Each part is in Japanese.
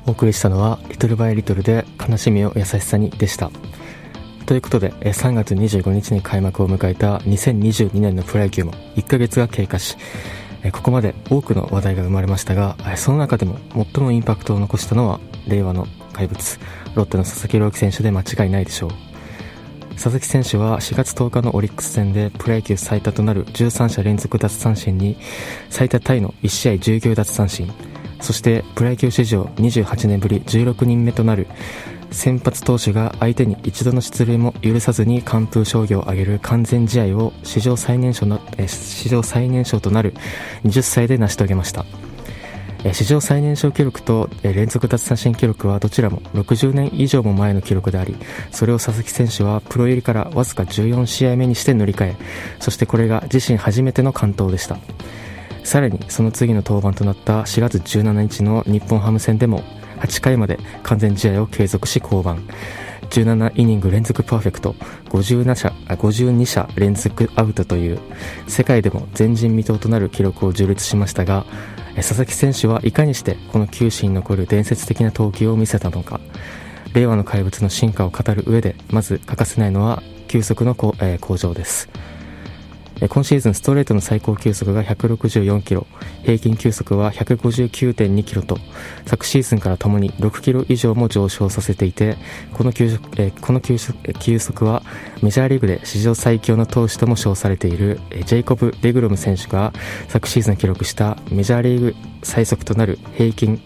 お送りしたのはリトルバイリトルで悲しみを優しさにでした。ということで3月25日に開幕を迎えた2022年のプロ野球も1ヶ月が経過し、ここまで多くの話題が生まれましたが、その中でも最もインパクトを残したのは令和の怪物ロッテの佐々木朗希選手で間違いないでしょう。佐々木選手は4月10日のオリックス戦でプロ野球最多となる13者連続奪三振に最多タイの1試合19奪三振、そしてプロ野球史上28年ぶり16人目となる先発投手が相手に一度の出塁も許さずに完封勝利を挙げる完全試合を史上最年少となる20歳で成し遂げました。史上最年少記録と連続奪三振記録はどちらも60年以上も前の記録であり、それを佐々木選手はプロ入りからわずか14試合目にして塗り替え、そしてこれが自身初めての完投でした。さらにその次の登板となった4月17日の日本ハム戦でも8回まで完全試合を継続し降板、17イニング連続パーフェクト、52者連続アウトという世界でも前人未到となる記録を樹立しましたが、佐々木選手はいかにしてこの球史に残る伝説的な投球を見せたのか。令和の怪物の進化を語る上でまず欠かせないのは球速の向上です。今シーズンストレートの最高球速が164キロ、平均球速は 159.2 キロと昨シーズンからともに6キロ以上も上昇させていて、この球速はメジャーリーグで史上最強の投手とも称されているジェイコブ・デグロム選手が昨シーズン記録したメジャーリーグ最速となる平均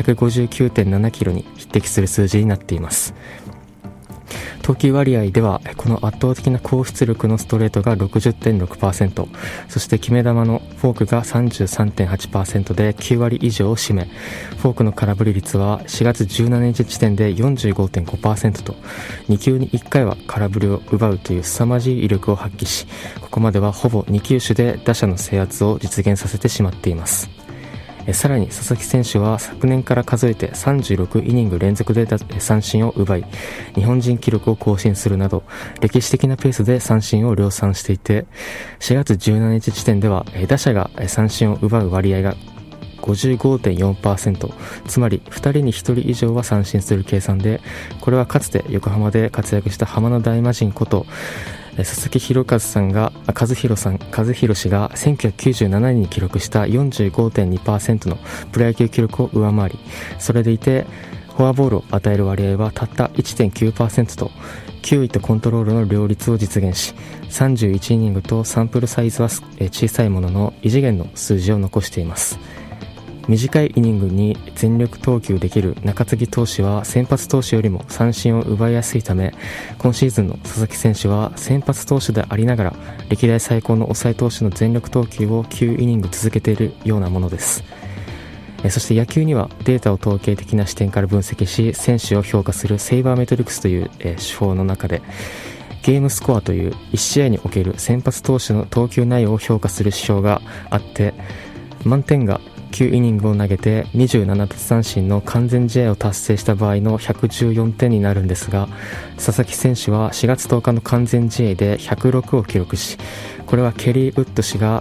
159.7 キロに匹敵する数字になっています。投球割合ではこの圧倒的な高出力のストレートが 60.6%、 そして決め球のフォークが 33.8% で9割以上を占め、フォークの空振り率は4月17日時点で 45.5% と2球に1回は空振りを奪うという凄まじい威力を発揮し、ここまではほぼ2球種で打者の制圧を実現させてしまっています。さらに佐々木選手は昨年から数えて36イニング連続で三振を奪い、日本人記録を更新するなど歴史的なペースで三振を量産していて、4月17日時点では打者が三振を奪う割合が 55.4%、 つまり2人に1人以上は三振する計算で、これはかつて横浜で活躍した浜の大魔神こと佐々木弘和氏が1997年に記録した 45.2% のプロ野球記録を上回り、それでいてフォアボールを与える割合はたった 1.9% と球威とコントロールの両立を実現し、31イニングとサンプルサイズは小さいものの異次元の数字を残しています。短いイニングに全力投球できる中継ぎ投手は先発投手よりも三振を奪いやすいため、今シーズンの佐々木選手は先発投手でありながら歴代最高の抑え投手の全力投球を9イニング続けているようなものです。そして野球にはデータを統計的な視点から分析し選手を評価するセイバーメトリクスという手法の中で、ゲームスコアという1試合における先発投手の投球内容を評価する指標があって、満点が9イニングを投げて27奪三振の完全試合を達成した場合の114点になるんですが、佐々木選手は4月10日の完全試合で106を記録し、これはケリー・ウッド氏が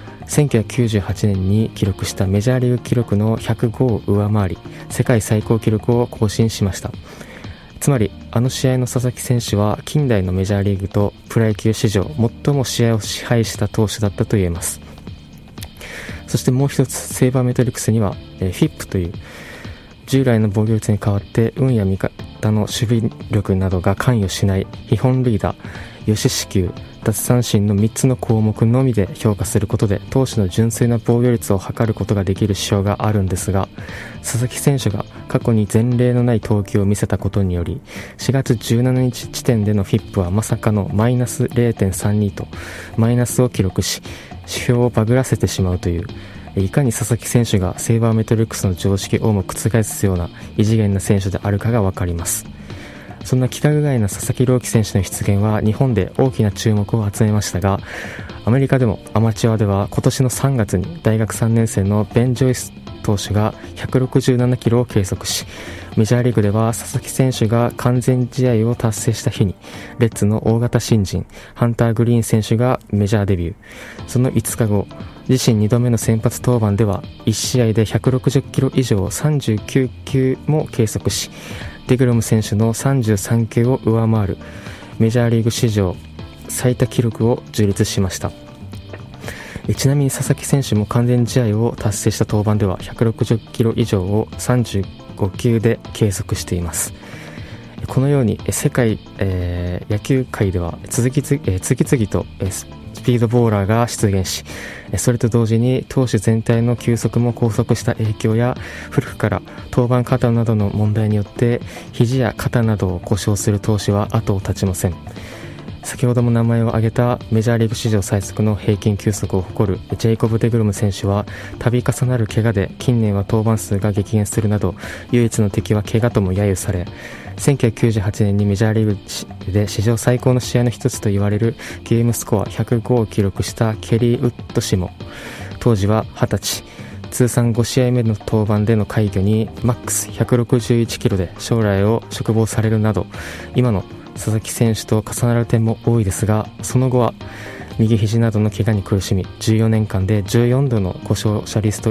1998年に記録したメジャーリーグ記録の105を上回り、世界最高記録を更新しました。つまりあの試合の佐々木選手は近代のメジャーリーグとプロ野球史上最も試合を支配した投手だったと言えます。そしてもう一つ、セイバーメトリクスにはFIP という従来の防御率に代わって運や味方の守備力などが関与しない非本塁打、予死四球、奪三振の3つの項目のみで評価することで投手の純粋な防御率を測ることができる指標があるんですが、佐々木選手が過去に前例のない投球を見せたことにより4月17日時点での FIP はまさかのマイナス 0.32 とマイナスを記録し、指標をバグらせてしまうという、いかに佐々木選手がセイバーメトリックスの常識をも覆すような異次元な選手であるかが分かります。そんな規格外な佐々木朗希選手の出現は日本で大きな注目を集めましたが、アメリカでもアマチュアでは今年の3月に大学3年生のベン・ジョイス投手が167キロを計測し、メジャーリーグでは佐々木選手が完全試合を達成した日にレッズの大型新人ハンター・グリーン選手がメジャーデビュー。その5日後、自身2度目の先発登板では1試合で160キロ以上39球も計測し、デグロム選手の33球を上回るメジャーリーグ史上最多記録を樹立しました。ちなみに佐々木選手も完全試合を達成した登板では160キロ以上を35球で計測しています。このように世界、野球界では次々とスピードボーラーが出現し、それと同時に投手全体の球速も拘束した影響や、古くから登板過多などの問題によって肘や肩などを故障する投手は後を絶ちません。先ほども名前を挙げたメジャーリーグ史上最速の平均球速を誇るジェイコブ・デグロム選手は、度重なる怪我で近年は登板数が激減するなど、唯一の敵は怪我とも揶揄され、1998年にメジャーリーグで史上最高の試合の一つと言われるゲームスコア105を記録したケリー・ウッド氏も、当時は20歳、通算5試合目の登板での快挙にマックス161キロで将来を嘱望されるなど、今の佐々木選手と重なる点も多いですが、その後は右肘などの怪我に苦しみ、14年間で14度の故障者リス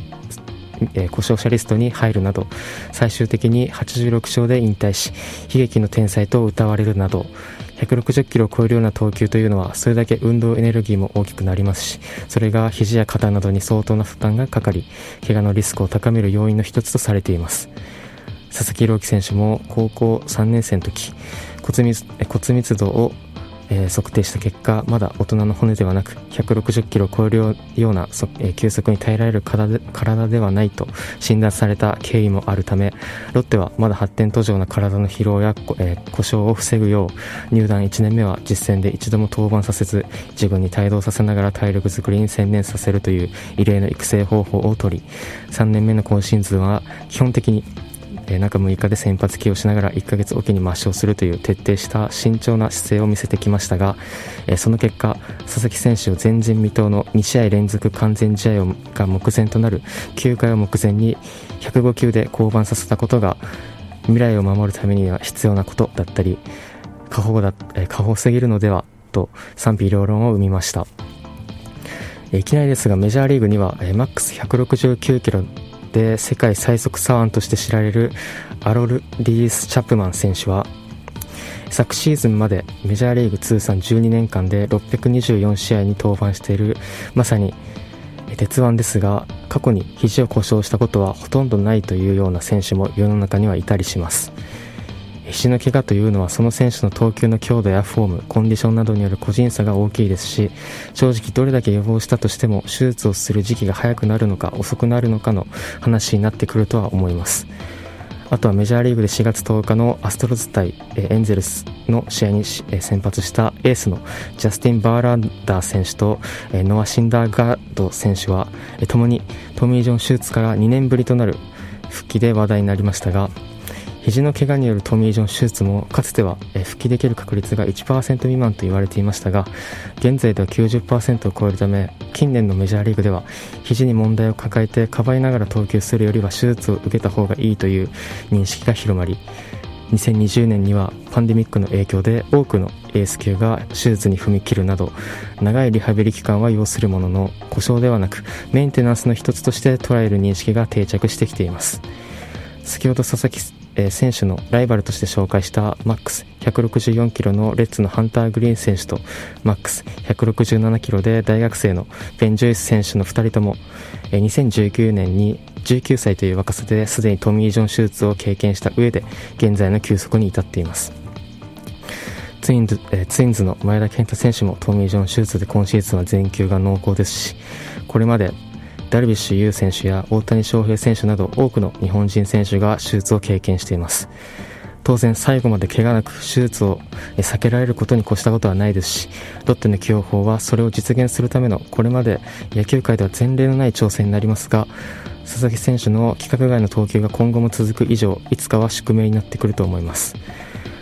トに入るなど、最終的に86勝で引退し、悲劇の天才と謳われるなど、160キロを超えるような投球というのはそれだけ運動エネルギーも大きくなりますし、それが肘や肩などに相当な負担がかかり、怪我のリスクを高める要因の一つとされています。佐々木朗希選手も高校3年生の時、骨密度を測定した結果、まだ大人の骨ではなく160キロを超えるような球速に耐えられる体ではないと診断された経緯もあるため、ロッテはまだ発展途上な体の疲労や故障を防ぐよう、入団1年目は実戦で一度も登板させず、自分に帯同させながら体力作りに専念させるという異例の育成方法を取り、3年目の今シーズンは基本的に中6日で先発起用しながら1ヶ月おきに抹消するという徹底した慎重な姿勢を見せてきましたが、その結果、佐々木選手を前人未到の2試合連続完全試合が目前となる9回を目前に105球で降板させたことが、未来を守るためには必要なことだったり、過保すぎるのではと賛否両論を生みました。いきなりですが、メジャーリーグにはマックス169キロで世界最速左腕として知られるアロル・リース・チャップマン選手は、昨シーズンまでメジャーリーグ通算12年間で624試合に登板しているまさに鉄腕ですが、過去に肘を故障したことはほとんどないというような選手も世の中にはいたりします。肘の怪我というのはその選手の投球の強度やフォーム、コンディションなどによる個人差が大きいですし、正直どれだけ予防したとしても手術をする時期が早くなるのか遅くなるのかの話になってくるとは思います。あとはメジャーリーグで4月10日のアストロズ対エンゼルスの試合に先発したエースのジャスティン・バーランダー選手とノア・シンダーガード選手は共にトミー・ジョン手術から2年ぶりとなる復帰で話題になりましたが、肘の怪我によるトミー・ジョン手術もかつては復帰できる確率が 1% 未満と言われていましたが、現在では 90% を超えるため、近年のメジャーリーグでは肘に問題を抱えてかばいながら投球するよりは手術を受けた方がいいという認識が広まり、2020年にはパンデミックの影響で多くのエース級が手術に踏み切るなど、長いリハビリ期間は要するものの、故障ではなくメンテナンスの一つとして捉える認識が定着してきています。先ほど佐々木選手のライバルとして紹介したマックス164キロのレッツのハンター・グリーン選手とマックス167キロで大学生のベン・ジョイス選手の2人とも2019年に19歳という若さですでにトミー・ジョン手術を経験した上で現在の球速に至っています。ツインズの前田健太選手もトミー・ジョン手術で今シーズンは全球が濃厚ですし、これまでダルビッシュ有選手や大谷翔平選手など多くの日本人選手が手術を経験しています。当然最後まで怪我なく手術を避けられることに越したことはないですし、ロッテの起用法はそれを実現するためのこれまで野球界では前例のない挑戦になりますが、佐々木選手の規格外の投球が今後も続く以上、いつかは宿命になってくると思います。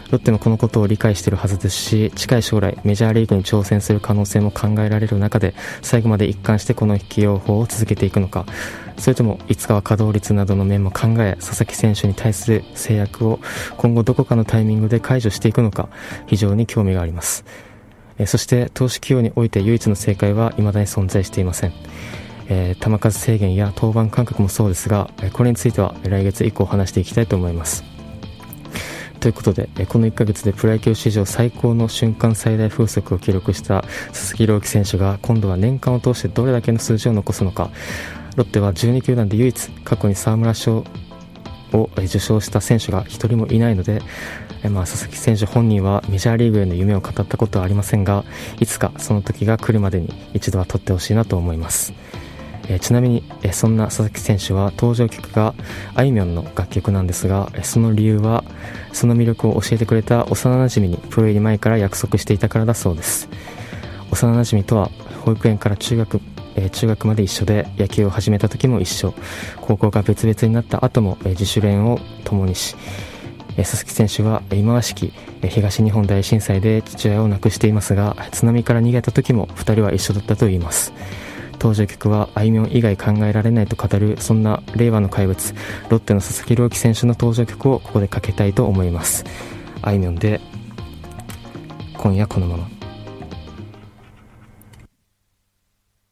ロッテもこのことを理解しているはずですし、近い将来メジャーリーグに挑戦する可能性も考えられる中で、最後まで一貫してこの起用法を続けていくのか、それともいつかは稼働率などの面も考え、佐々木選手に対する制約を今後どこかのタイミングで解除していくのか、非常に興味があります。そして投手起用において唯一の正解は未だに存在していません。球数制限や登板間隔もそうですが、これについては来月以降話していきたいと思います。ということで、この1ヶ月でプロ野球史上最高の瞬間最大風速を記録した佐々木朗希選手が今度は年間を通してどれだけの数字を残すのか。ロッテは12球団で唯一過去に沢村賞を受賞した選手が一人もいないので、佐々木選手本人はメジャーリーグへの夢を語ったことはありませんが、いつかその時が来るまでに一度は取ってほしいなと思います。ちなみにそんな佐々木選手は登場曲があいみょんの楽曲なんですが、その理由はその魅力を教えてくれた幼馴染にプロ入り前から約束していたからだそうです。幼馴染とは保育園から中学まで一緒で、野球を始めた時も一緒、高校が別々になった後も自主練を共にし、佐々木選手は忌まわしき東日本大震災で父親を亡くしていますが、津波から逃げた時も2人は一緒だったといいます。登場曲はあいみょん以外考えられないと語る、そんな令和の怪物ロッテの佐々木朗希選手の登場曲をここでかけたいと思います。あいみょんで今夜このまま。